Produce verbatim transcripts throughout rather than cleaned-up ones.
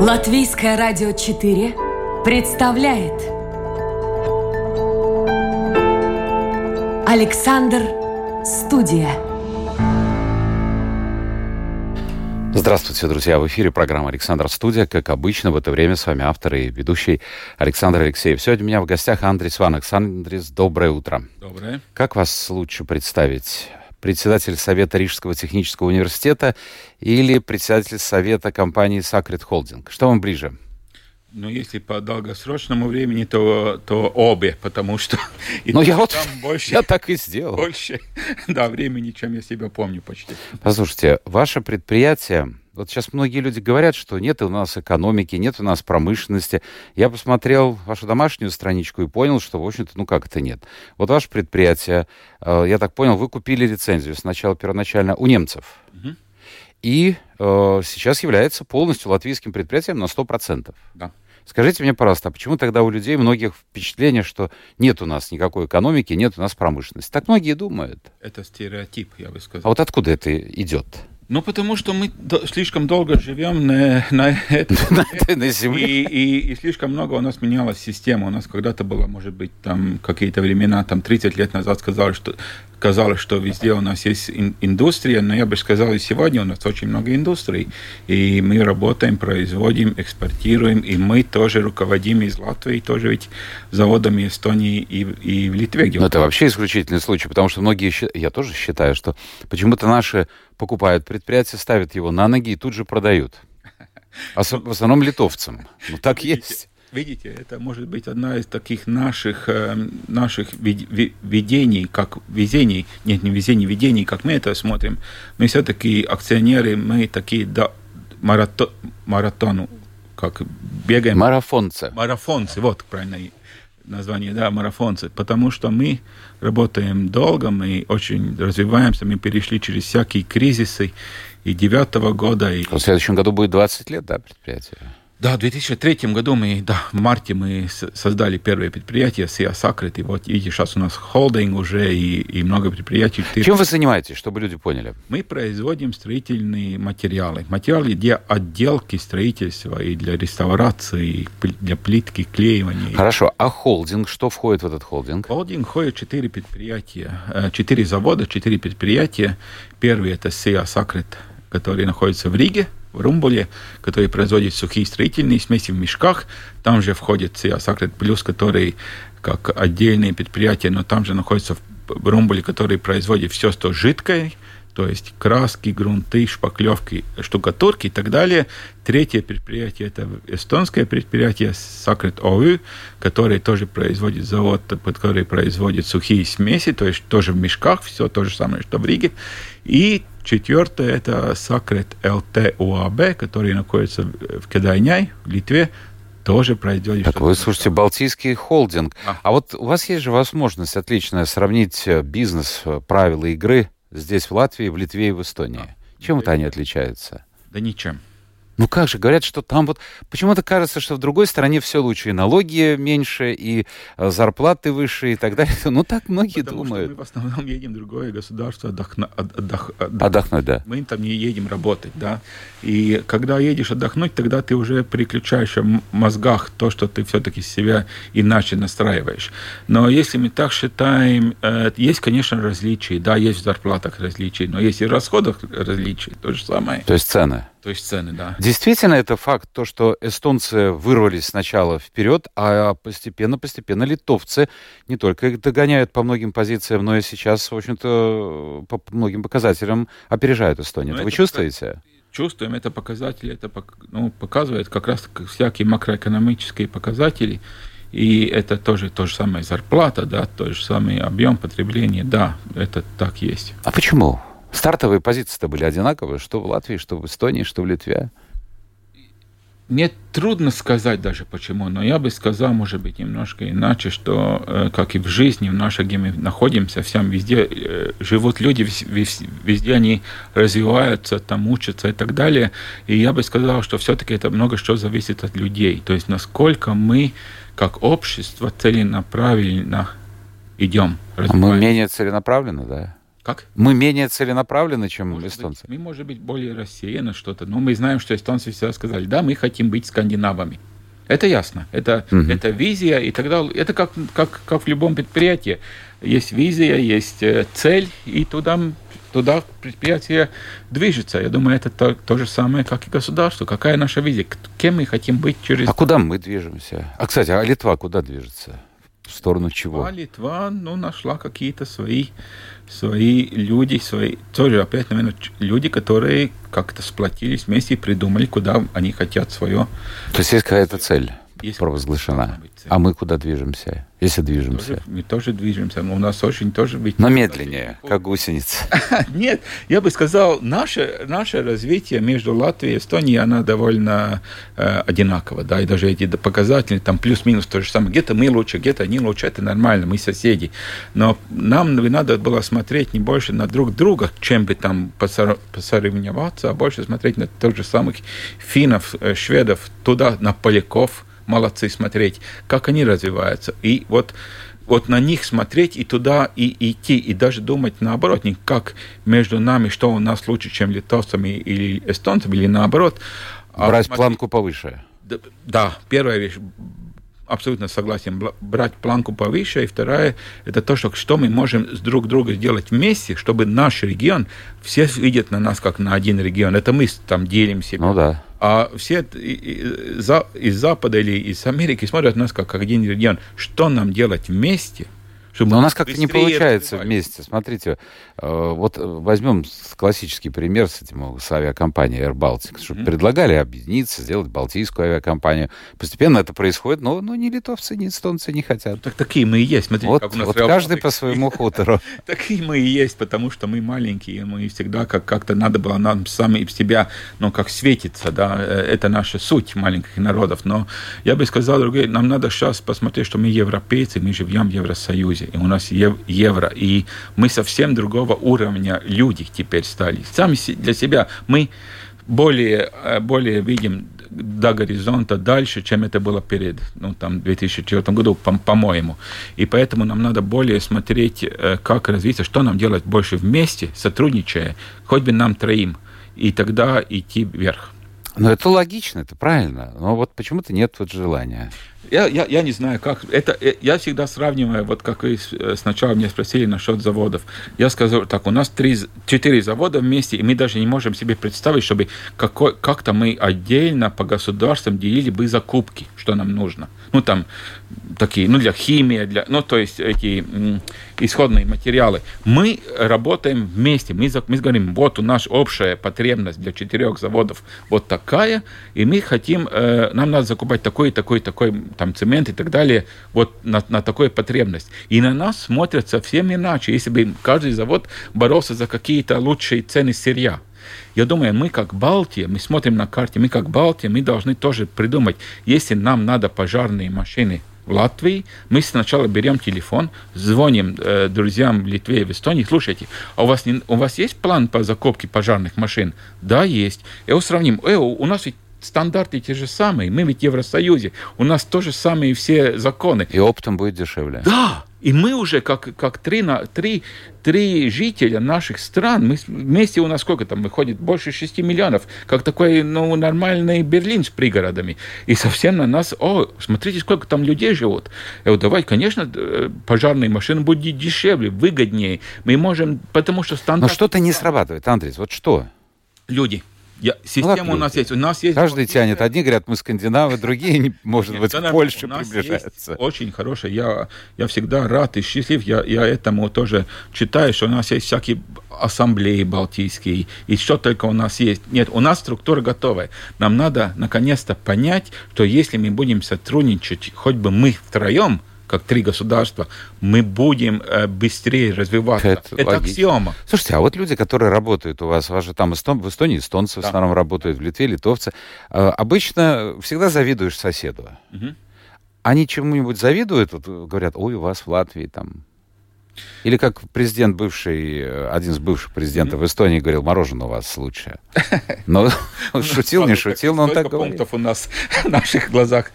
Латвийское радио четыре представляет Александр Студия. Здравствуйте, друзья! В эфире программа «Александр Студия». Как обычно, в это время с вами автор и ведущий Александр Алексеев. Сегодня у меня в гостях Андрис Ванакс. Андрис, доброе утро. Доброе. Как вас лучше представить? Председатель Совета Рижского технического университета или председатель Совета компании Sacred Holding? Что вам ближе? Ну, если по долгосрочному времени, то, то обе, потому что... Ну, я вот больше, я так и сделал. Больше, да, времени, чем я себя помню почти. Послушайте, ваше предприятие... Вот сейчас многие люди говорят, что нет у нас экономики, нет у нас промышленности. Я посмотрел вашу домашнюю страничку и понял, что, в общем-то, ну как это нет. Вот ваше предприятие, э, я так понял, вы купили лицензию сначала первоначально у немцев. Угу. И э, сейчас является полностью латвийским предприятием на сто процентов. Да. Скажите мне, пожалуйста, а почему тогда у людей многих впечатление, что нет у нас никакой экономики, нет у нас промышленности? Так многие думают. Это стереотип, я бы сказал. А вот откуда это идет? Ну, потому что мы до, слишком долго живем на, на, это, на этой на земле. И, и, и слишком много у нас менялась система. У нас когда-то было, может быть, там какие-то времена, там тридцать лет назад сказали, что, казалось, что везде у нас есть ин, индустрия, но я бы сказал, и сегодня у нас очень много индустрий. И мы работаем, производим, экспортируем, и мы тоже руководим из Латвии, тоже ведь заводами Эстонии и, и в Литве. Где но это вообще исключительный случай, потому что многие, я тоже считаю, что почему-то наши покупают предприятие, ставят его на ноги и тут же продают. А в основном литовцам. Ну, так видите, есть. Видите, это может быть одна из таких наших, э, наших видений, как везений, нет, не везений, видений, как мы это смотрим. Мы все-таки акционеры, мы такие да, марато, маратону, как бегаем. Марафонцы. Марафонцы, вот правильное название, да, марафонцы, потому что мы работаем долго, мы очень развиваемся, мы перешли через всякие кризисы и девятого года. И... В следующем году будет двадцать лет, да, предприятие? Да, в две тысячи третьем году мы, да, в марте мы создали первое предприятие си эй Sacred, и вот видите, сейчас у нас холдинг уже и, и много предприятий. Чем вы занимаетесь, чтобы люди поняли? Мы производим строительные материалы. Материалы для отделки строительства и для реставрации, и для плитки, клеивания. Хорошо, а холдинг, что входит в этот холдинг? Холдинг входит четыре предприятия, четыре завода, четыре предприятия. Первый это си эй Sacred, который находится в Риге, в Румбуле, который производит сухие строительные смеси в мешках. Там же входит си эй Sacred Plus, который как отдельное предприятие, но там же находится в Румбуле, который производит все, что жидкое, то есть краски, грунты, шпаклевки, штукатурки и так далее. Третье предприятие – это эстонское предприятие Sacred о ю, который тоже производит завод, который производит сухие смеси, то есть тоже в мешках, все то же самое, что в Риге. И четвертое – это Sacred эл ти о а бэ, который находится в Кедайняй, в Литве, тоже производит... Так вы, слушайте, балтийский холдинг. А. а вот у вас есть же возможность отличная сравнить бизнес, правила игры здесь, в Латвии, в Литве и в Эстонии. Да. Чем это они отличаются? Да ничем. Ну как же, говорят, что там вот... Почему-то кажется, что в другой стране все лучше. И налоги меньше, и зарплаты выше, и так далее. Ну так многие Потому думают. Потому что мы в основном едем в другое государство отдохна... отдох... отдох... отдохнуть, да. Мы там не едем работать, да. И когда едешь отдохнуть, тогда ты уже переключаешь в мозгах то, что ты все-таки себя иначе настраиваешь. Но если мы так считаем, есть, конечно, различия. Да, есть в зарплатах различия, но есть и в расходах различия. То же самое. То есть цены. То есть цены, да. Действительно, это факт, то, что эстонцы вырвались сначала вперед, а постепенно-постепенно литовцы не только их догоняют по многим позициям, но и сейчас, в общем-то, по многим показателям опережают Эстонию. Это вы чувствуете? Чувствуем, это показатели, это ну, показывает как раз всякие макроэкономические показатели, и это тоже то же самое зарплата, да, тот же самый объем потребления, да, это так есть. А почему? Стартовые позиции-то были одинаковые, что в Латвии, что в Эстонии, что в Литве. Мне трудно сказать даже почему, но я бы сказал, может быть, немножко иначе, что, как и в жизни, в нашей, где мы находимся, всем везде живут люди, везде они развиваются, там учатся и так далее. И я бы сказал, что все-таки это много что зависит от людей. То есть, насколько мы, как общество, целенаправленно идем. А мы менее целенаправленно, да? Как? Мы менее целенаправлены, чем может эстонцы. Быть, мы, может быть, более рассеяны что-то, но мы знаем, что эстонцы всегда сказали, да, мы хотим быть скандинавами. Это ясно, это, угу. это визия, и тогда это как, как, как в любом предприятии. Есть визия, есть цель, и туда, туда предприятие движется. Я думаю, это то, то же самое, как и государство. Какая наша визия? Кем мы хотим быть через... А куда мы движемся? А, кстати, а Литва куда движется? В сторону чего? А Литва, ну, нашла какие-то свои, свои люди, свои... Тоже, опять, наверное, люди, которые как-то сплотились вместе и придумали, куда они хотят свое... То есть есть какая-то цель есть провозглашена. А мы куда движемся, если движемся? Тоже, мы тоже движемся, но у нас очень тоже... Быть... Но медленнее, как гусеница. Нет, я бы сказал, наше, наше развитие между Латвией и Эстонией, она довольно э, одинакова, да, и даже эти показатели, там плюс-минус то же самое. Где-то мы лучше, где-то они лучше, это нормально, мы соседи. Но нам надо было смотреть не больше на друг друга, чем бы там посоревноваться, а больше смотреть на тех же самых финнов, шведов, туда, на поляков, молодцы, смотреть, как они развиваются. И вот, вот на них смотреть и туда и, и идти, и даже думать наоборот, не как между нами, что у нас лучше, чем литовцами или эстонцами, или наоборот. Брать а планку повыше. Да, да, первая вещь, абсолютно согласен, брать планку повыше, и вторая, это то, что, что мы можем с друг другом сделать вместе, чтобы наш регион, все видят на нас как на один регион, это мы там делим себя. Ну да. А все из Запада или из Америки смотрят на нас как один регион. Что нам делать вместе? Но у нас как-то не получается вместе. Смотрите, вот возьмем классический пример с этим, с авиакомпанией Air Baltic, что mm-hmm. предлагали объединиться, сделать балтийскую авиакомпанию. Постепенно это происходит, но, но ни литовцы, ни эстонцы не хотят. Ну, так такие мы и есть. Смотрите, вот как у нас вот каждый по своему хутору. Такие мы и есть, потому что мы маленькие, мы всегда как-то надо было нам сами из себя, ну, как светиться, да, это наша суть маленьких народов. Но я бы сказал, другие, нам надо сейчас посмотреть, что мы европейцы, мы живем в Евросоюзе. И у нас евро, и мы совсем другого уровня люди теперь стали. Сами для себя мы более, более видим до горизонта дальше, чем это было перед, ну, там, две тысячи четвёртом году, по- по-моему. И поэтому нам надо более смотреть, как развиться, что нам делать больше вместе, сотрудничая, хоть бы нам троим, и тогда идти вверх. Ну, это логично, это правильно, но вот почему-то нет вот желания. Я, я, я не знаю, как... Это, я всегда сравниваю, вот как вы сначала меня спросили насчет заводов. Я сказал так, у нас три, четыре завода вместе, и мы даже не можем себе представить, чтобы какой, как-то мы отдельно по государствам делили бы закупки, что нам нужно. Ну, там, такие, ну, для химии, для... Ну, то есть, эти м, исходные материалы. Мы работаем вместе. Мы, мы говорим, вот у нас общая потребность для четырех заводов вот такая, и мы хотим... Э, нам надо закупать такой, такой, такой... там цемент и так далее, вот на, на такую потребность. И на нас смотрят совсем иначе, если бы каждый завод боролся за какие-то лучшие цены сырья. Я думаю, мы как Балтия, мы смотрим на карте, мы как Балтия, мы должны тоже придумать, если нам надо пожарные машины в Латвии, мы сначала берем телефон, звоним э, друзьям в Литве и в Эстонии, слушайте, а у вас, не, у вас есть план по закупке пожарных машин? Да, есть. И вот сравним, э, у нас ведь стандарты те же самые, мы ведь в Евросоюзе, у нас тоже самые все законы. И оптом будет дешевле. Да, и мы уже как, как три, на, три, три жителя наших стран, мы вместе у нас сколько там выходит, больше шести миллионов, как такой, ну, нормальный Берлин с пригородами. И совсем на нас, о, смотрите, сколько там людей живут. Я говорю, давай, конечно, пожарные машины будут дешевле, выгоднее. Мы можем, потому что стандарт... Но что-то не срабатывает, Андрей, вот что? Люди. Я, система ну, у нас есть. У нас есть. Каждый тянет. Одни говорят, мы скандинавы, другие, может быть, к Польше приближаются. Очень хорошее. Я, я всегда рад и счастлив. Я, я этому тоже читаю, что у нас есть всякие ассамблеи балтийские. И что только у нас есть. Нет, у нас структура готовая. Нам надо наконец-то понять, что если мы будем сотрудничать, хоть бы мы втроем, как три государства, мы будем э, быстрее развиваться. Это, это аксиома. Слушайте, а вот люди, которые работают у вас, у вас же там Эстон, в Эстонии эстонцы да. в основном работают, в Литве литовцы, э, обычно всегда завидуешь соседу. Угу. Они чему-нибудь завидуют, вот, говорят, ой, у вас в Латвии там... Или как президент бывший, один из бывших президентов mm-hmm. Эстонии говорил, мороженое у вас лучшее. Но шутил, не шутил, но он так говорит. Сколько пунктов у нас в наших глазах.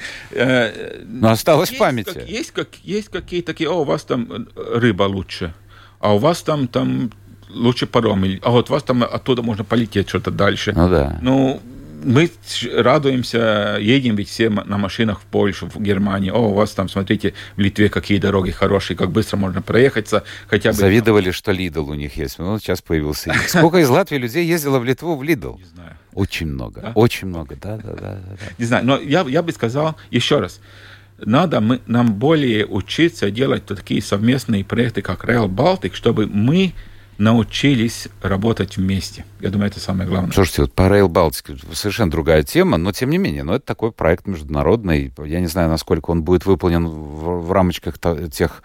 Но осталось в памяти. Есть какие-то такие, о, у вас там рыба лучше, а у вас там лучше паром. А вот вас там оттуда можно полететь что-то дальше. Ну да. Ну, мы радуемся, едем ведь все на машинах в Польшу, в Германию. О, у вас там, смотрите, в Литве какие дороги хорошие, как быстро можно проехаться. Хотя бы... Завидовали, что Lidl у них есть. Ну, сейчас появился. Сколько из Латвии людей ездило в Литву в Lidl? Не знаю. Очень много. Да? Очень много, да, да, да, да. Не знаю, но я, я бы сказал еще раз. Надо мы, нам более учиться делать такие совместные проекты, как Rail Baltic, чтобы мы научились работать вместе. Я думаю, это самое главное. Слушайте, вот по Rail Baltic совершенно другая тема, но тем не менее, но это такой проект международный. Я не знаю, насколько он будет выполнен в, в рамочках тех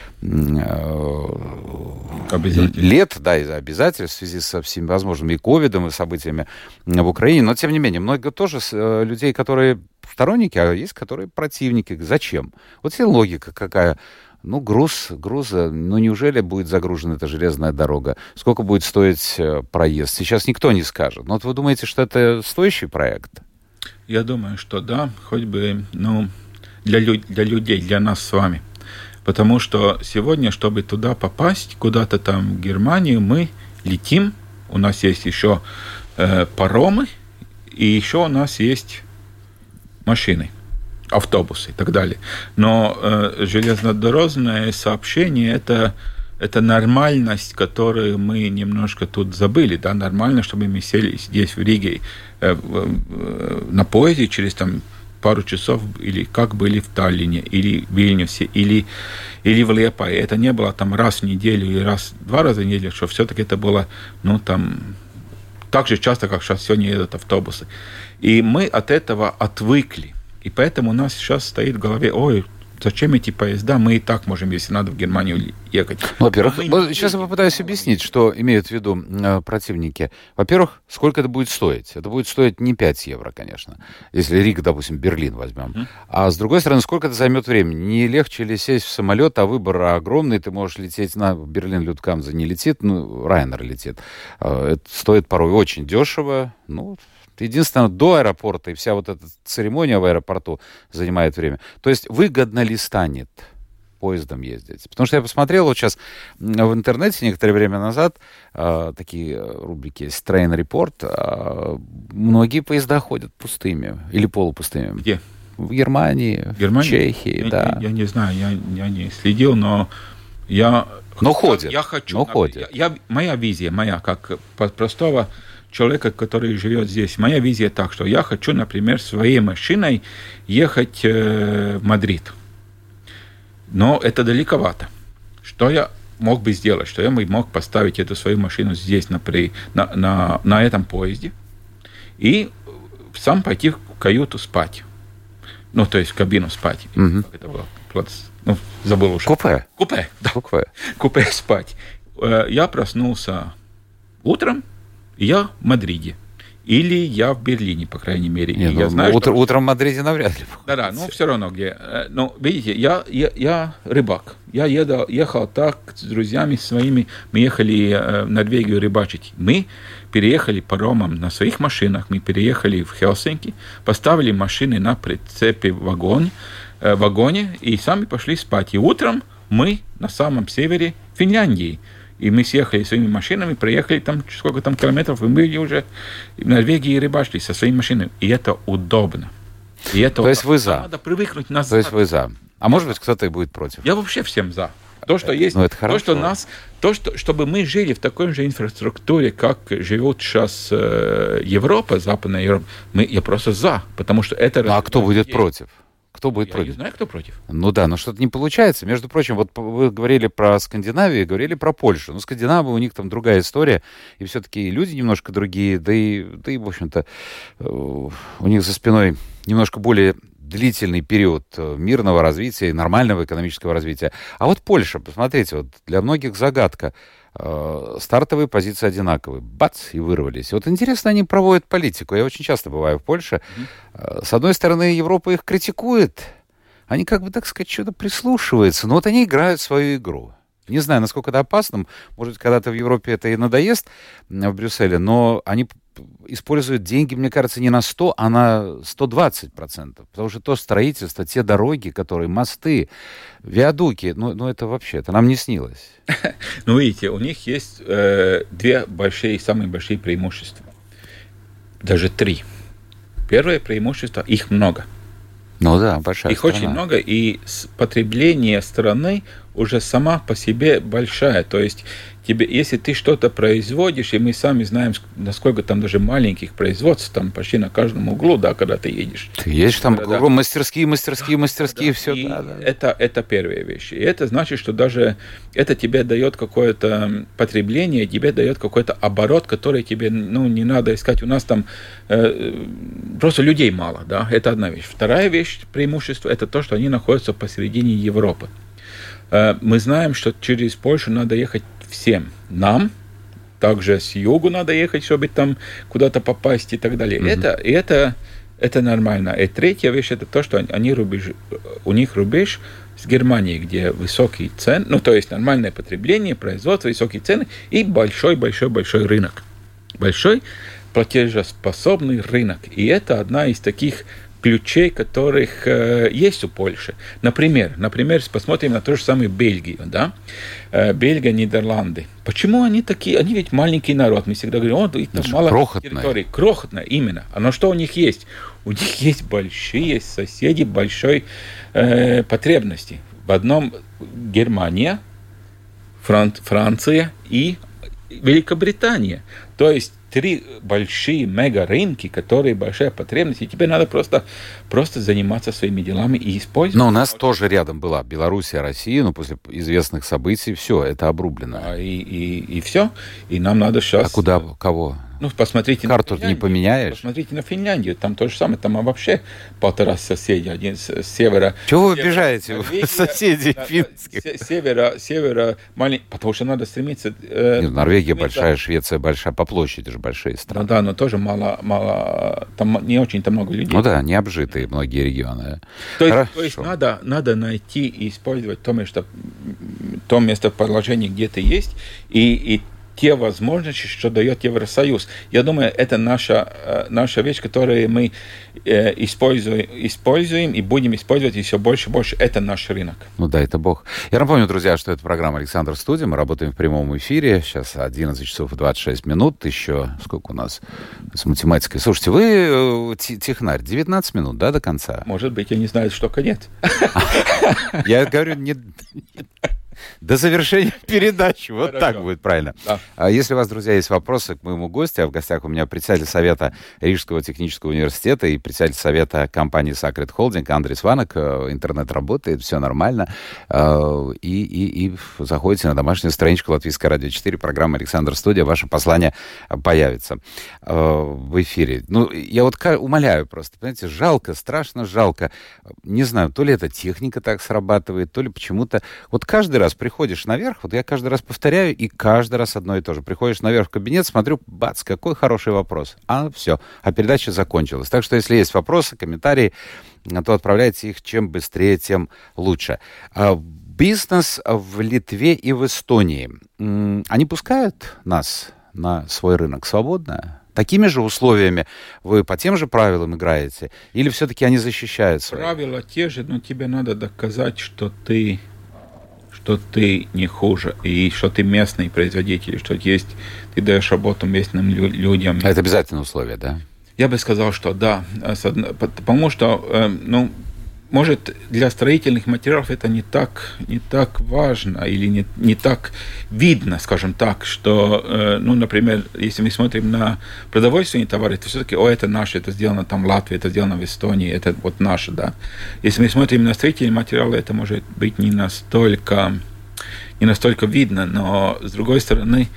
лет, да, из-за обязательств в связи со всеми возможными и ковидом, и событиями в Украине. Но, тем не менее, много тоже людей, которые сторонники, а есть, которые противники. Зачем? Вот вся логика какая. Ну, груз, груза, ну, неужели будет загружена эта железная дорога? Сколько будет стоить проезд? Сейчас никто не скажет. Но вот вы думаете, что это стоящий проект? Я думаю, что да, хоть бы, ну, для, лю- для людей, для нас с вами. Потому что сегодня, чтобы туда попасть, куда-то там в Германию, мы летим. У нас есть еще э, паромы, и еще у нас есть машины, автобусы и так далее. Но э, железнодорожное сообщение это, – это нормальность, которую мы немножко тут забыли. Да? Нормально, чтобы мы сели здесь в Риге э, э, на поезде через там, пару часов, или как были в Таллине, или в Вильнюсе, или, или в Лиепае. Это не было там раз в неделю или раз, два раза в неделю, что все-таки это было, ну, там, так же часто, как сейчас сегодня едут автобусы. И мы от этого отвыкли. И поэтому у нас сейчас стоит в голове, ой, зачем эти поезда, мы и так можем, если надо, в Германию ехать. Ну, во-первых, мы... сейчас я попытаюсь объяснить, что имеют в виду э, противники. Во-первых, сколько это будет стоить? Это будет стоить не пять евро, конечно, если Рига, допустим, Берлин возьмем. Mm-hmm. А с другой стороны, сколько это займет времени? Не легче ли сесть в самолет, а выбор огромный, ты можешь лететь на Берлин-Люфтганза, не летит, ну, Ryanair летит. Э, это стоит порой очень дешево, ну... Единственное, до аэропорта и вся вот эта церемония в аэропорту занимает время. То есть выгодно ли станет поездом ездить? Потому что я посмотрел вот сейчас в интернете некоторое время назад, э, такие рубрики есть, Train Report, э, многие поезда ходят пустыми или полупустыми. Где? В Германии, в Германии? Чехии, я, да. Я, я не знаю, я, я не следил, но я... Но ходят. Я хочу... Но ходят. Я, я, моя визия, моя, как простого... человека, который живет здесь. Моя визия так, что я хочу, например, своей машиной ехать э, в Мадрид. Но это далековато. Что я мог бы сделать? Что я мог поставить эту свою машину здесь, на, на, на, на этом поезде, и сам пойти в каюту спать. Ну, то есть в кабину спать. Угу. Как это было? Ну, забыл уже. Купе. Купе, да. Купе. Купе спать. Я проснулся утром, я в Мадриде. Или я в Берлине, по крайней мере. Не, ну, я знаю, утро, что... Утром в Мадриде навряд ли. Да-да, ну все равно где. Но, видите, я, я, я рыбак. Я ехал, ехал так с друзьями своими. Мы ехали в Норвегию рыбачить. Мы переехали паромом на своих машинах. Мы переехали в Хельсинки, поставили машины на прицепе в вагоне, в вагоне и сами пошли спать. И утром мы на самом севере Финляндии. И мы съехали своими машинами, проехали там сколько там километров, и мы были уже в Норвегии и рыбачили со своими машинами. И это удобно. И это То удобно. есть вы за? Надо привыкнуть назад. То есть вы за? А может быть, кто-то и будет против? Я вообще всем за. То, что есть, ну, это то, что нас, то, что, чтобы мы жили в такой же инфраструктуре, как живет сейчас э, Европа, Западная Европа, мы, я просто за, потому что это... Ну, а кто будет против? Кто будет я против? не знаю, кто против. Ну да, но что-то не получается. Между прочим, вот вы говорили про Скандинавию, говорили про Польшу. Ну, Скандинавы, у них там другая история, и все-таки люди немножко другие, да и, да и в общем-то, у них за спиной немножко более длительный период мирного развития, нормального экономического развития. А вот Польша, посмотрите, вот для многих загадка. Стартовые позиции одинаковые. Бац, и вырвались. Вот интересно, они проводят политику. Я очень часто бываю в Польше. Mm-hmm. С одной стороны, Европа их критикует. Они, как бы, так сказать, что-то прислушиваются. Но вот они играют свою игру. Не знаю, насколько это опасно. Может быть, когда-то в Европе это и надоест, в Брюсселе, но они используют деньги, мне кажется, не на сто, а на сто двадцать процентов. Потому что то строительство, те дороги, которые, мосты, виадуки, ну, ну это вообще, это нам не снилось. Ну, видите, у них есть э, две большие, самые большие преимущества. Даже три. Первое преимущество, их много. Ну да, большая Их страна. очень много, и потребление страны уже сама по себе большая. То есть, тебе, если ты что-то производишь, и мы сами знаем, насколько там даже маленьких производств, там почти на каждом углу, да, когда ты едешь. Ты едешь там когда, кругом мастерские, мастерские, мастерские, да, все. И да, да. Это, это первая вещь. И это значит, что даже это тебе дает какое-то потребление, тебе дает какой-то оборот, который тебе, ну, не надо искать. У нас там э, просто людей мало, да, это одна вещь. Вторая вещь, преимущество, это то, что они находятся посередине Европы. Мы знаем, что через Польшу надо ехать всем. Нам, также с югу надо ехать, чтобы там куда-то попасть и так далее. Mm-hmm. Это, и это, это нормально. И третья вещь, это то, что они рубеж, у них рубеж с Германией, где высокие цены, ну, то есть нормальное потребление, производство, высокие цены и большой-большой-большой рынок. Большой платежеспособный рынок. И это одна из таких ключей, которых э, есть у Польши. Например, например, посмотрим на ту же самую Бельгию, да? Э, Бельгия, Нидерланды. Почему они такие? Они ведь маленький народ. Мы всегда говорим, о, их там мало крохотная. территорий. Крохотная, именно. А но что у них есть? У них есть большие соседи, большой э, потребности. В одном Германия, Фран- Франция и Великобритания. То есть три большие мега-рынки, которые большая потребность, и тебе надо просто, просто заниматься своими делами и использовать. Но у нас тоже рядом была Белоруссия, Россия, но после известных событий все, это обрублено. А, и, и, и все. И нам надо сейчас... А куда, кого? Ну, посмотрите Карту на не поменяешь? Посмотрите на Финляндию, там то же самое, там вообще полтора соседей, один с, с севера. Чего вы севера, обижаете Норвегия, соседей да, финских? С, севера, севера, маленький, потому что надо стремиться... Э, Нет, Норвегия стремиться, большая, Швеция большая, по площади же большие страны. Ну да, но тоже мало, мало, там не очень-то много людей. Ну да, не обжитые многие регионы. То есть, то есть надо, надо найти и использовать то, место, то местоположение, где ты есть, и, и те возможности, что дает Евросоюз. Я думаю, это наша, наша вещь, которую мы используем, используем и будем использовать еще больше и больше. Это наш рынок. Ну да, это Бог. Я напомню, друзья, что это программа «Александр Студия». Мы работаем в прямом эфире. Сейчас одиннадцать часов и двадцать шесть минут. Еще сколько у нас с математикой? Слушайте, вы технарь. девятнадцать минут, да, до конца? Может быть, я не знаю, что конец. Я говорю, не... До завершения передачи. Вот Хорошо. Так будет правильно. Да. Если у вас, друзья, есть вопросы к моему гостю, а в гостях у меня председатель Совета Рижского технического университета и председатель Совета компании Sacred Holding Андрей Сванок. Интернет работает, все нормально. И, и, и заходите на домашнюю страничку Латвийское радио четыре, программа «Александр Студия». Ваше послание появится в эфире. Ну, я вот умоляю просто, понимаете, жалко, страшно жалко. Не знаю, то ли эта техника так срабатывает, то ли почему-то... Вот каждый раз приходишь наверх, вот я каждый раз повторяю, и каждый раз одно и то же. Приходишь наверх в кабинет, смотрю, бац, какой хороший вопрос. А, все, а передача закончилась. Так что, если есть вопросы, комментарии, то отправляйте их чем быстрее, тем лучше. Бизнес в Литве и в Эстонии. Они пускают нас на свой рынок свободно? Такими же условиями вы по тем же правилам играете? Или все-таки они защищают свои? Правила те же, но тебе надо доказать, что ты... что ты не хуже, и что ты местный производитель, что есть, ты даешь работу местным лю- людям. Это обязательное условие, да? Я бы сказал, что да, потому что, ну, может, для строительных материалов это не так, не так важно или не, не так видно, скажем так, что, ну, например, если мы смотрим на продовольственные товары, то все-таки, о, это наше, это сделано там в Латвии, это сделано в Эстонии, это вот наше, да. Если мы смотрим на строительные материалы, это может быть не настолько, не настолько видно, но, с другой стороны,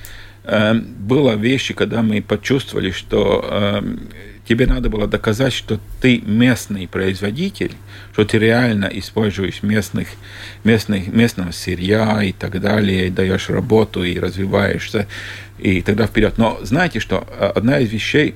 было вещи, когда мы почувствовали, что тебе надо было доказать, что ты местный производитель, что ты реально используешь местных, местных, местного сырья и так далее, и даешь работу, и развиваешься, и тогда вперед. Но знаете, что одна из вещей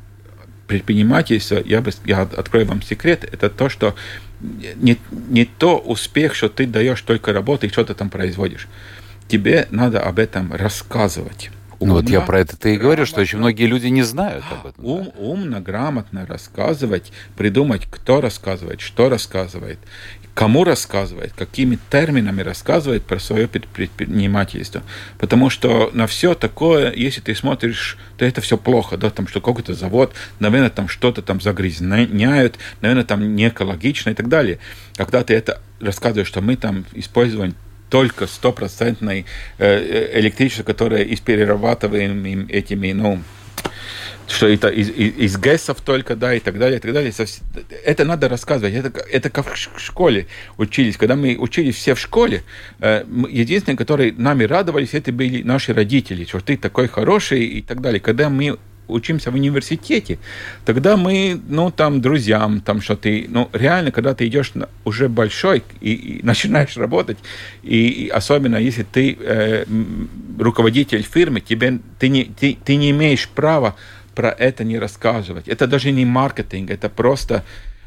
предпринимательства, я, бы, я открою вам секрет, это то, что не, не то успех, что ты даешь только работу и что-то там производишь. тебе надо об этом рассказывать. Ну, вот я про это-то и говорю, что очень многие люди не знают об этом. Ум, да. Умно, грамотно рассказывать, придумать, кто рассказывает, что рассказывает, кому рассказывает, какими терминами рассказывает про свое предпринимательство. Потому что на все такое, если ты смотришь, то это все плохо, да, там что какой-то завод, наверное, там что-то там загрязняют, наверное, там не экологично и так далее. Когда ты это рассказываешь, что мы там используем только стопроцентное электричество, которое из перерабатываем этими, ну, что это из, из, из ГЭСов только, да, и так далее, и так далее. Это надо рассказывать. Это, это как в школе учились. Когда мы учились все в школе, единственные, которые нами радовались, это были наши родители, что ты такой хороший и так далее. Когда мы учимся в университете, тогда мы, ну, там, друзьям, там, что ты, ну, реально, когда ты идешь уже большой и, и начинаешь работать, и, и особенно если ты э, руководитель фирмы, тебе, ты, не, ты, ты не имеешь права про это не рассказывать. Это даже не маркетинг, это просто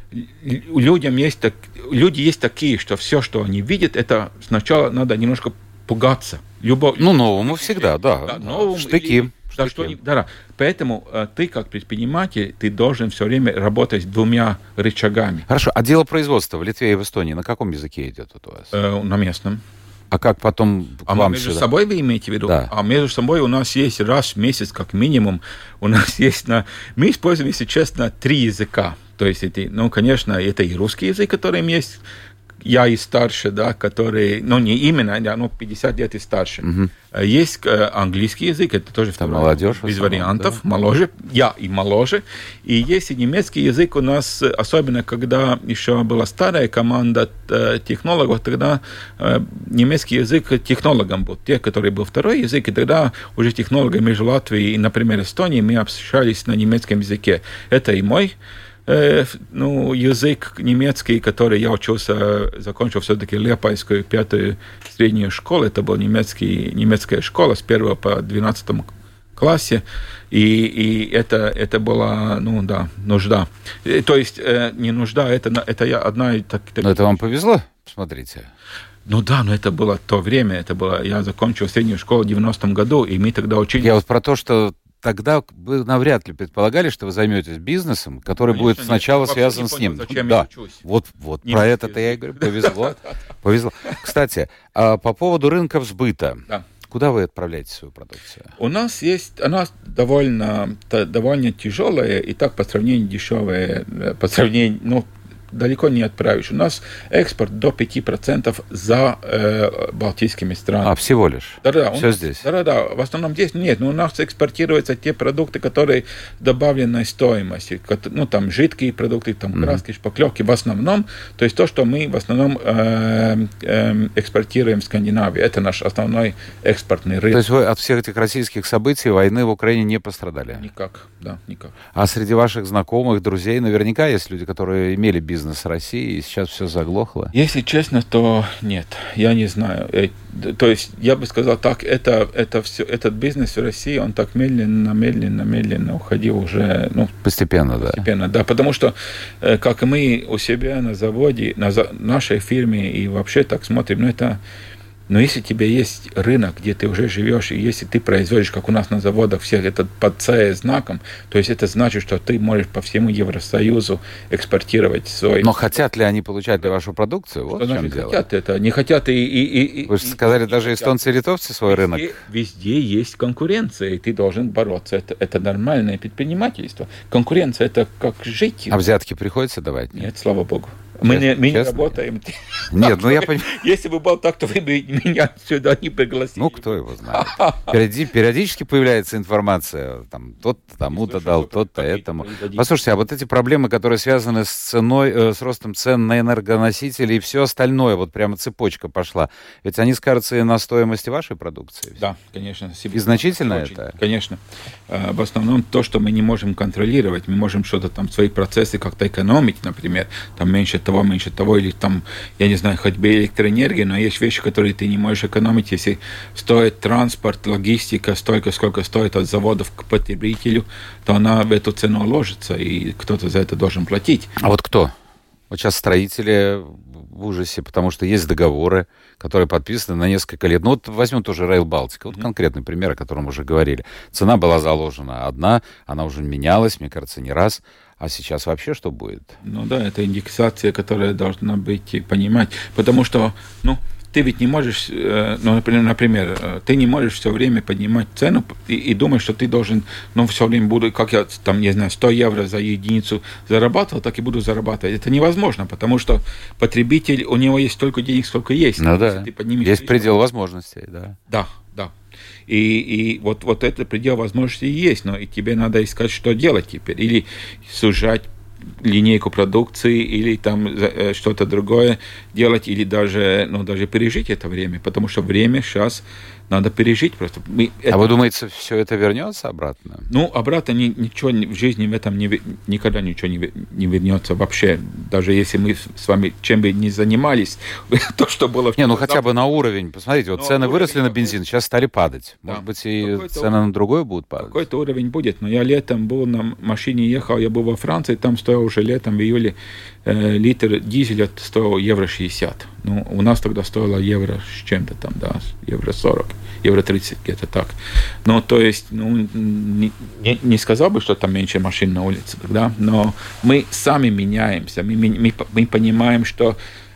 людям есть, так, люди есть такие, что все, что они видят, это сначала надо немножко пугаться. Любо... Ну, новому всегда, да. да новому штыки. Или... Да, что, да, поэтому э, ты, как предприниматель, ты должен все время работать с двумя рычагами. Хорошо, а дело производства в Литве и в Эстонии на каком языке идет вот у вас? Э, на местном. А как потом к а вам между сюда? собой вы имеете в виду? Да. А между собой у нас есть раз в месяц, как минимум, у нас есть на... Мы используем, если честно, три языка. То есть, это, ну, конечно, это и русский язык, который есть, я и старше, да, который, ну, не именно, но пятьдесят лет и старше. Угу. Есть э, английский язык, это тоже Там второй, молодежь, без основном, вариантов, да? моложе, я и моложе. И есть и немецкий язык у нас, особенно когда еще была старая команда э, технологов, тогда э, немецкий язык технологам был, те, который был второй язык, и тогда уже технологи между Латвией и, например, Эстонией мы общались на немецком языке. Это и мой Э, ну, язык немецкий, который я учился, закончил все-таки Лепайскую пятую среднюю школу, это была немецкий, немецкая школа с первого по двенадцатому классе, и, и это, это была, ну да, нужда. И, то есть э, не нужда, это, это я одна... Так, так... Но это вам повезло, смотрите. Ну да, но это было то время, это было, я закончил среднюю школу в девяностом году, и мы тогда учились... Я вот про то, что тогда вы навряд ли предполагали, что вы займетесь бизнесом, который Конечно, будет сначала нет, связан не с ним. понял, зачем да. я учусь. Вот, вот Не про учусь. это-то я и говорю. Повезло. Повезло. Кстати, а по поводу рынков сбыта. Да. Куда вы отправляете свою продукцию? У нас есть, она довольно, довольно тяжелая и так по сравнению дешевая, по сравнению, ну, далеко не отправишь. У нас экспорт до пяти процентов за э, балтийскими странами. А, всего лишь? Да-да. Все нас, здесь? Да-да, в основном здесь нет, но у нас экспортируются те продукты, которые добавленной стоимости, ну, там, жидкие продукты, там, краски, mm-hmm. шпаклевки, в основном, то есть то, что мы в основном э, э, экспортируем в Скандинавию, это наш основной экспортный рынок. То есть вы от всех этих российских событий, войны в Украине не пострадали? Никак, да, никак. А среди ваших знакомых, друзей, наверняка есть люди, которые имели бизнес с Россией, и сейчас все заглохло? Если честно, то нет, я не знаю. То есть, я бы сказал так, это, это все, этот бизнес в России, он так медленно, медленно, медленно уходил уже, ну, постепенно, да. Постепенно, да, потому что, как мы у себя на заводе, на за, нашей фирме и вообще так смотрим, ну, это... Но если у тебя есть рынок, где ты уже живешь, и если ты производишь, как у нас на заводах, всех этот под си знаком, то есть это значит, что ты можешь по всему Евросоюзу экспортировать свой... Но хотят ли они получать ли вашу продукцию? Вот что в чем значит дело. Хотят это, не хотят и... и, и Вы же и, сказали, и, даже и эстонцы и литовцы свой везде, рынок. Везде есть конкуренция, и ты должен бороться. Это, это нормальное предпринимательство. Конкуренция — это как жить. А взятки приходится давать? Нет, слава богу. Мы, не, мы не работаем. Нет, ну я понимаю. Если бы был так, то вы бы меня сюда не пригласили. Ну, кто его знает. Периоди- периодически появляется информация, там, тот-то тому-то дал, тот-то этому. Послушайте, а вот эти проблемы, которые связаны с ценой, э, с ростом цен на энергоносители и все остальное, вот прямо цепочка пошла, ведь они скажутся и на стоимости вашей продукции? Да, конечно. И значительно Очень, это? Конечно. В основном то, что мы не можем контролировать, мы можем что-то там, свои процессы как-то экономить, например, там меньше того, меньше того, или там, я не знаю, хоть бы электроэнергия, но есть вещи, которые ты не можешь экономить, если стоит транспорт, логистика столько, сколько стоит от заводов к потребителю, то она в эту цену ложится, и кто-то за это должен платить. А вот кто? Вот сейчас строители в ужасе, потому что есть договоры, которые подписаны на несколько лет. Ну вот возьмем тоже Rail Baltica. Вот конкретный пример, о котором уже говорили. Цена была заложена одна, она уже менялась, мне кажется, не раз. А сейчас вообще что будет? Ну да, это индексация, которая должна быть и понимать. Потому что, ну, ты ведь не можешь, ну, например, например, ты не можешь все время поднимать цену и, и думать, что ты должен, ну, все время буду, как я, там, не знаю, сто евро за единицу зарабатывал, так и буду зарабатывать. Это невозможно, потому что потребитель, у него есть столько денег, сколько есть. Ну да, ты поднимешь, есть предел возможностей, да. Да, да. И, и вот, вот это предел возможностей есть, но и тебе надо искать, что делать теперь. Или сужать линейку продукции, или там что-то другое делать, или даже, ну, даже пережить это время, потому что время сейчас надо пережить просто. Мы это... А вы думаете, все это вернется обратно? Ну, обратно ни, ничего в жизни в этом не, никогда ничего не, не вернется вообще. Даже если мы с вами чем бы ни занимались, то, что было... Не, ну хотя бы на уровень. Посмотрите, вот но цены выросли на бензин, сейчас стали падать. Да. Может быть, и цены на другое будут падать? Какой-то уровень будет. Но я летом был на машине, ехал, я был во Франции, там стоил уже летом, в июле, э, литр дизеля стоил евро шестьдесят. Ну, у нас тогда стоило евро с чем-то там, да, евро сорок. Евро тридцать, где-то так. Ну, то есть, ну, не, не сказал бы, что там меньше машин на улице, да, но мы сами меняемся, мы, мы, мы понимаем, что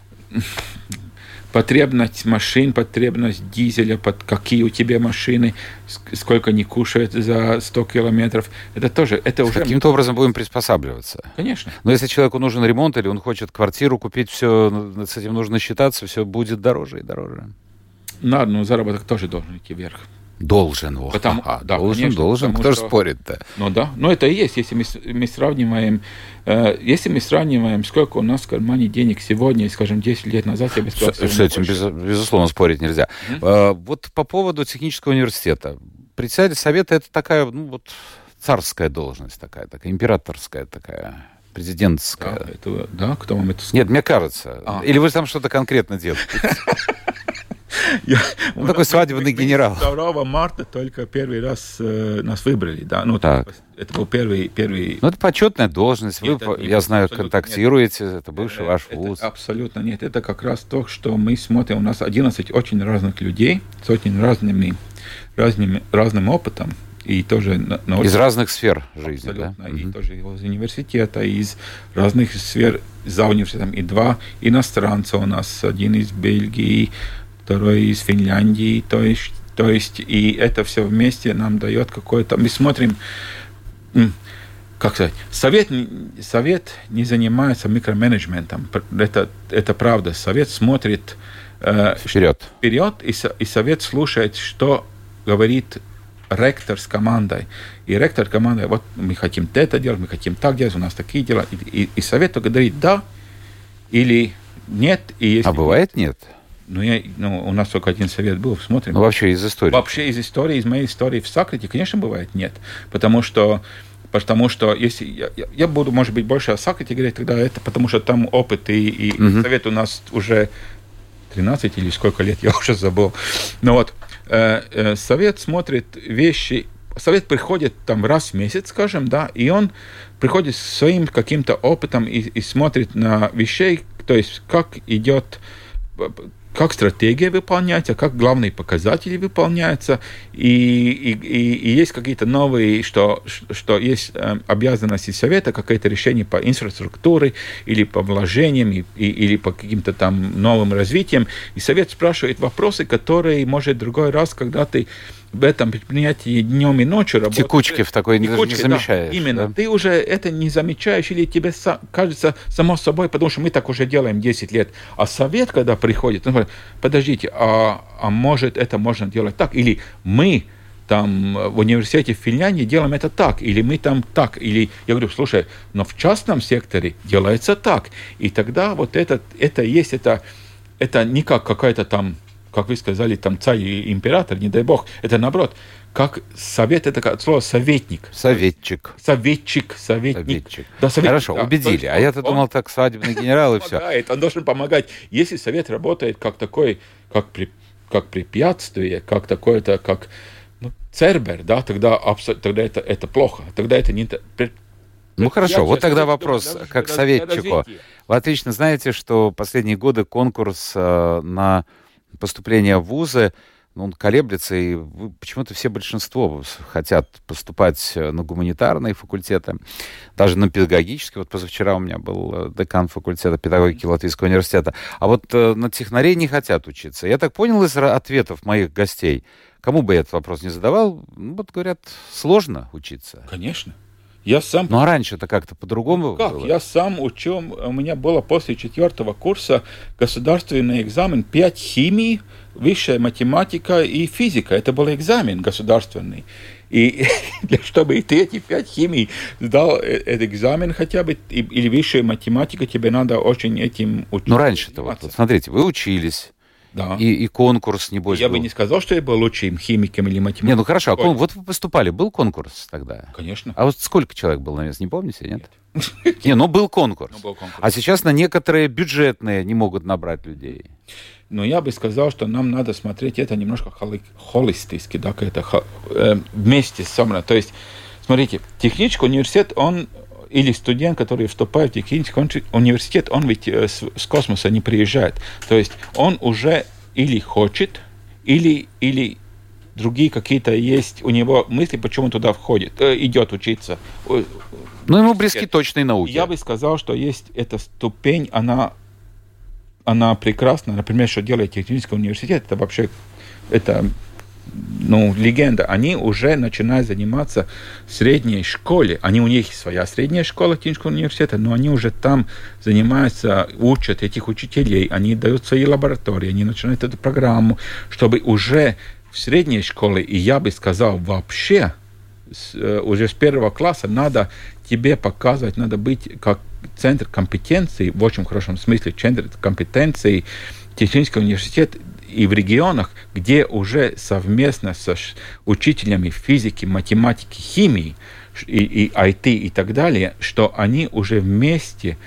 потребность машин, потребность дизеля, под какие у тебя машины, сколько они кушают за сто километров, это тоже, это уже... Каким-то образом будем приспосабливаться. Конечно. Но если человеку нужен ремонт или он хочет квартиру купить, все, с этим нужно считаться, все будет дороже и дороже. Надо, но заработок тоже должен идти вверх. Должен. О, потому, ага, да, должен, конечно, должен. Кто же что... спорит-то? Ну да, но это и есть, если мы, мы сравниваем, э, если мы сравниваем, сколько у нас в кармане денег сегодня, и, скажем, десять лет назад, я бы сказал... С, с этим, без, безусловно, спорить нельзя. Mm-hmm. А, вот по поводу технического университета. Председатель совета — это такая, ну, вот, царская должность такая, такая, императорская такая... президентская. Да, это, да, кто вам это сказал? Нет, мне кажется. А. Или вы там что-то конкретно делаете? Я, ну, такой свадебный генерал. второго марта только первый раз э, нас выбрали, да. Ну, так. Это был первый, первый... Ну, это почетная должность. Нет, Вы, это, я знаю, контактируете, нет. Это бывший это, ваш вуз. Это абсолютно нет. Это как раз то, что мы смотрим. У нас одиннадцать очень разных людей с очень разными, разными, разным опытом. И тоже на, на из разных сфер жизни, абсолютно. Да? И угу. тоже из университета, из разных сфер за университетом. И два иностранца у нас. Один из Бельгии, второй из Финляндии, то есть, то есть и это все вместе нам дает какое-то... Мы смотрим, как сказать, совет, совет не занимается микроменеджментом, это, это правда. Совет смотрит э, вперед, вперед и, и совет слушает, что говорит ректор с командой. И ректор команды, вот мы хотим это делать, мы хотим так делать, у нас такие дела. И, и, и совет только говорит да или нет. И если а бывает нет? Ну, я, ну, у нас только один совет был, смотрим. Ну, вообще из истории. Вообще из истории, из моей истории в Сакрате, конечно, бывает нет. Потому что, потому что если я, я буду, может быть, больше о Сакрате говорить, тогда это потому что там опыт и, и угу. совет у нас уже тринадцать или сколько лет, я уже забыл. Но вот, э, э, совет смотрит вещи, совет приходит там раз в месяц, скажем, да, и он приходит со своим каким-то опытом и, и смотрит на вещей, то есть как идет... как стратегия выполняется, как главные показатели выполняются, и, и, и, и есть какие-то новые, что, что есть э, обязанности совета, какое-то решение по инфраструктуре или по вложениям, и, и, или по каким-то там новым развитиям, и совет спрашивает вопросы, которые, может, в другой раз, когда ты в этом предприятии днем и ночью работаешь. Текучки в такой Текучки, не замечаешь. Да, именно. Да? Ты уже это не замечаешь, или тебе са- кажется само собой, потому что мы так уже делаем десять лет. А совет, когда приходит, он говорит, подождите, а, а может это можно делать так? Или мы там в университете в Финляндии делаем это так, или мы там так. Или я говорю, слушай, но в частном секторе делается так. И тогда вот это, это есть, это, это не как какая-то там, как вы сказали, там царь и император, не дай бог, это наоборот, как совет, это от слова советник. Советчик. Советчик, советник. Советчик. Да, советник, хорошо, да. убедили. Есть, а я-то он, думал, так свадебный генерал и все. Он должен помогать. Если совет работает как такой, как, при, как препятствие, как такое-то, как ну, цербер, да, тогда, абсо- тогда это, это плохо. Тогда это не... Ну хорошо, вот тогда вопрос как советчику. Вы отлично знаете, что последние годы конкурс э, на поступление в вузы, ну, он колеблется, и почему-то все большинство хотят поступать на гуманитарные факультеты, даже на педагогические. Вот позавчера у меня был декан факультета педагогики Латвийского университета. А вот э, на технарей не хотят учиться. Я так понял из ответов моих гостей, кому бы я этот вопрос не задавал, ну, вот говорят, сложно учиться. Конечно. Я сам... Ну, а раньше-то как-то по-другому как? было? Я сам учил, у меня было после четвертого курса государственный экзамен, пять химии, высшая математика и физика. Это был экзамен государственный. И чтобы ты эти пять химий сдал этот экзамен хотя бы, или высшая математика, тебе надо очень этим учиться. Ну, раньше-то вот, вот, смотрите, вы учились. Да. И, и конкурс, небось, Я был. бы не сказал, что я был лучшим химиком или математиком. Не, ну хорошо, а кон... вот вы поступали, был конкурс тогда? Конечно. А вот сколько человек было на месте, не помните, нет? Нет. Не, ну был конкурс. Ну, был конкурс. А сейчас на некоторые бюджетные не могут набрать людей. Но я бы сказал, что нам надо смотреть это немножко холи... холистически, да, это хо... э, вместе со мной. То есть, смотрите, технический университет, он или студент, который вступает в технический университет, он ведь с, с космоса не приезжает. То есть он уже или хочет, или, или другие какие-то есть у него мысли, почему туда входит, э, идет учиться. Ну, ему близки точные науки. Я бы сказал, что есть эта ступень, она, она прекрасна. Например, что делает технический университет, это вообще это, ну, легенда. Они уже начинают заниматься в средней школе. Они, у них своя средняя школа технического университета, но они уже там занимаются, учат этих учителей, они дают свои лаборатории, они начинают эту программу, чтобы уже в средней школе, и я бы сказал вообще, с, уже с первого класса надо тебе показывать, надо быть как центр компетенции, в очень хорошем смысле, центр компетенции технического университета, и в регионах, где уже совместно с учителями физики, математики, химии и, и ай ти и так далее, что они уже вместе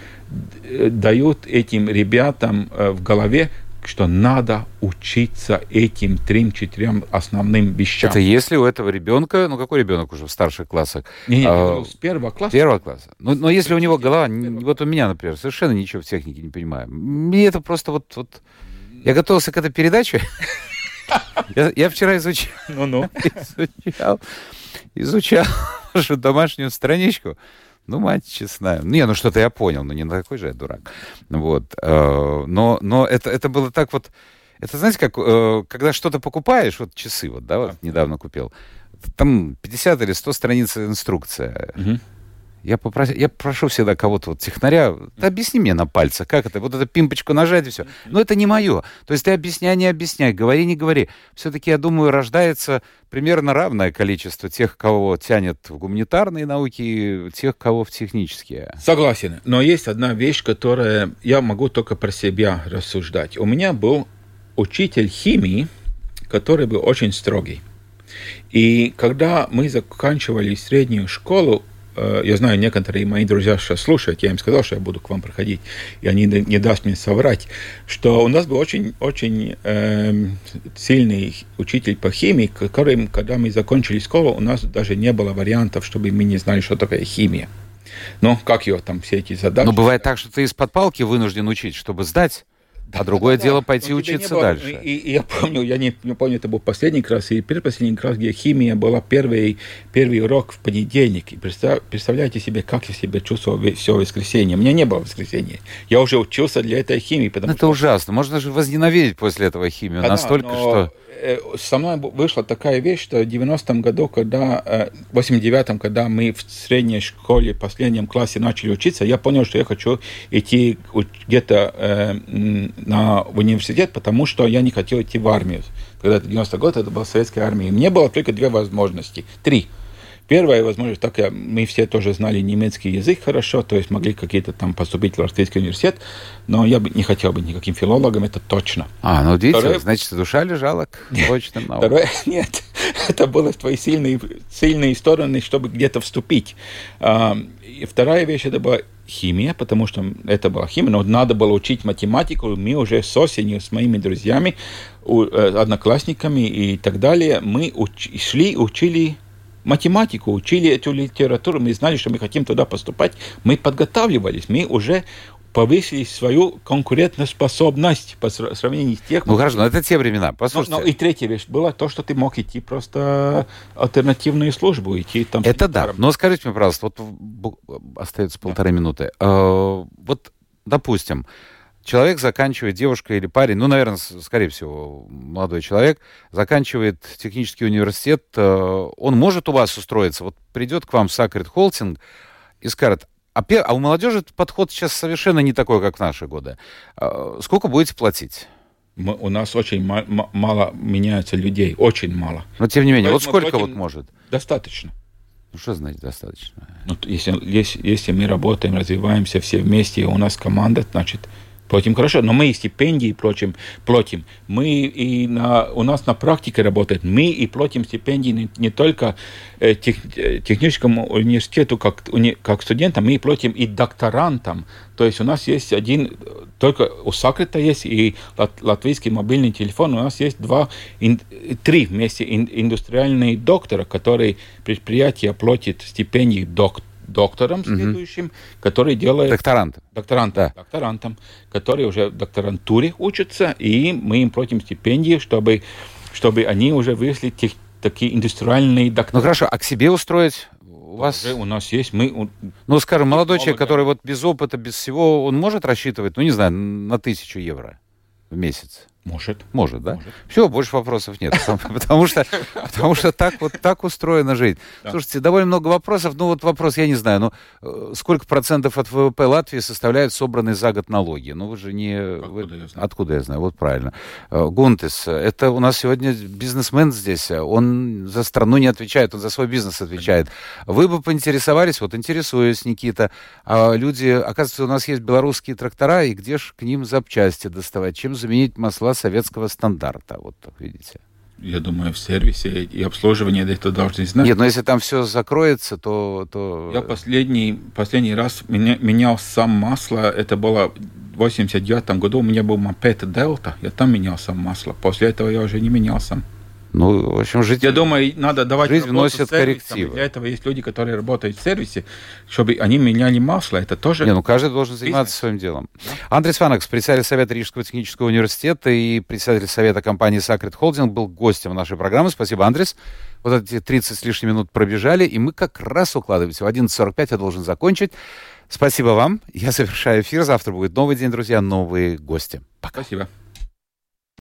дают этим ребятам в голове, что надо учиться этим трем-четырем основным вещам. Это если у этого ребенка, ну какой ребенок уже в старших классах? Не, не, а, с первого класса. Первого класса. Но, но если у него голова, вот у меня, например, совершенно ничего в технике не понимаю. Мне это просто вот... вот... Я готовился к этой передаче. я, я вчера изучал, ну-ну. изучал, изучал вашу домашнюю страничку. Ну, мать честная. Не, ну что-то я понял, но не такой же я дурак. Вот. Но, но это, это было так вот... Это, знаете, как когда что-то покупаешь, вот часы вот, да, вот недавно купил, там пятьдесят или сто страниц инструкция. Угу. Я, попросил, я прошу всегда кого-то, вот, технаря, да объясни мне на пальцах, как это, вот эту пимпочку нажать и все. Но это не мое. То есть ты объясняй, не объясняй, говори, не говори. Все-таки, я думаю, рождается примерно равное количество тех, кого тянет в гуманитарные науки, и тех, кого в технические. Согласен. Но есть одна вещь, которая я могу только про себя рассуждать. У меня был учитель химии, который был очень строгий. И когда мы заканчивали среднюю школу, я знаю, некоторые мои друзья сейчас слушают, я им сказал, что я буду к вам приходить, и они не даст мне соврать, что у нас был очень, очень э, сильный учитель по химии, который, когда мы закончили школу, у нас даже не было вариантов, чтобы мы не знали, что такое химия. Ну, как ее там, все эти задачи. Но бывает так, что ты из-под палки вынужден учить, чтобы сдать. А другое да, дело пойти учиться было, дальше. И, и я помню, я не, не помню, это был последний класс, и предпоследний класс, где химия была первый, первый урок в понедельник. И представ, представляете себе, как я себя чувствовал все воскресенье. У меня не было воскресенья. Я уже учился для этой химии. Потому это что... ужасно. Можно же возненавидеть после этого химию. Да, настолько, но... что... Со мной вышла такая вещь, что в девяностом году, когда, в восемьдесят девятом, когда мы в средней школе, в последнем классе начали учиться, я понял, что я хочу идти где-то э, на, в университет, потому что я не хотел идти в армию. Когда это девяностый год, это была советская армия. И мне было только две возможности. Три. Первая возможность, так как мы все тоже знали немецкий язык хорошо, то есть могли какие-то там поступить в Латвийский университет, но я бы не хотел быть никаким филологом, это точно. А, ну видите, Второе... значит, душа лежала к точным наукам. Второе... Нет, это были твои сильные, сильные стороны, чтобы где-то вступить. И вторая вещь, это была химия, потому что это была химия, но надо было учить математику. Мы уже с осенью с моими друзьями, одноклассниками и так далее, мы уч... шли, учили математику, учили эту литературу, мы знали, что мы хотим туда поступать, мы подготавливались, мы уже повысили свою конкурентоспособность по сравнению с тех... Ну хорошо, но это те времена, послушайте. Но, но и третья вещь была то, что ты мог идти просто альтернативную службу, идти там... Это да, но скажите мне, пожалуйста, вот остается полторы да. минуты. Вот, допустим, человек заканчивает, девушка или парень, ну, наверное, скорее всего, молодой человек, заканчивает технический университет, он может у вас устроиться, вот придет к вам в Sacred Holding и скажет: А, а у молодежи подход сейчас совершенно не такой, как в наши годы. Сколько будете платить? Мы, у нас очень ма- ма- мало меняется людей, очень мало. Но тем не менее, вот сколько платим... вот может? Достаточно. Ну что значит достаточно? Ну, если, если, если мы работаем, развиваемся все вместе, у нас команда, значит, платим хорошо. Но мы и стипендии платим, платим. Мы и на, у нас на практике работает. Мы и платим стипендии не, не только э, тех, техническому университету как, уни, как студентам, мы и платим и докторантам. То есть у нас есть один, только у Sacred есть и лат, латвийский мобильный телефон, у нас есть два, ин, три вместе ин, индустриальные доктора, которые предприятие платит стипендии доктора. доктором следующим, mm-hmm. который делает... Докторантом. Докторантом, да. докторантом, которые уже в докторантуре учатся, и мы им платим стипендии, чтобы, чтобы они уже выросли тех, такие индустриальные докторы. Ну хорошо, а к себе устроить у вас... Уже у нас есть... Мы... Ну, скажем, молодой человек, который вот без опыта, без всего, он может рассчитывать, ну, не знаю, на тысячу евро в месяц? Может. Может, да? Может. Все, больше вопросов нет. Потому что, потому что так вот так устроена жизнь. Да. Слушайте, довольно много вопросов. Ну, вот вопрос, я не знаю, ну, сколько процентов от ВВП Латвии составляют собранные за год налоги? Ну, вы же не... Откуда вы... я знаю? Откуда я знаю? Вот правильно. Гунтес, это у нас сегодня бизнесмен здесь. Он за страну не отвечает, он за свой бизнес отвечает. Вы бы поинтересовались, вот интересуюсь, Никита, а люди, оказывается, у нас есть белорусские трактора, и где ж к ним запчасти доставать? Чем заменить масла советского стандарта, вот так видите. Я думаю, в сервисе и обслуживании это должны знать. Нет, но если там все закроется, то... то... Я последний, последний раз меня, менял сам масло, это было в восемьдесят девятом году, у меня был мопед Дельта, я там менял сам масло, после этого я уже не менял сам. Ну, в общем, жить... Я думаю, надо давать жизнь вносит коррективы. Для этого есть люди, которые работают в сервисе, чтобы они меняли масло. Это тоже... Не, ну каждый должен заниматься бизнес. Своим делом. Да? Андрис Ванакс, председатель Совета Рижского технического университета и председатель Совета компании Sacred Holding, был гостем нашей программы. Спасибо, Андрис. Вот эти тридцать с лишним минут пробежали, и мы как раз укладываемся. В одиннадцать сорок пять я должен закончить. Спасибо вам. Я завершаю эфир. Завтра будет новый день, друзья, новые гости. Пока. Спасибо.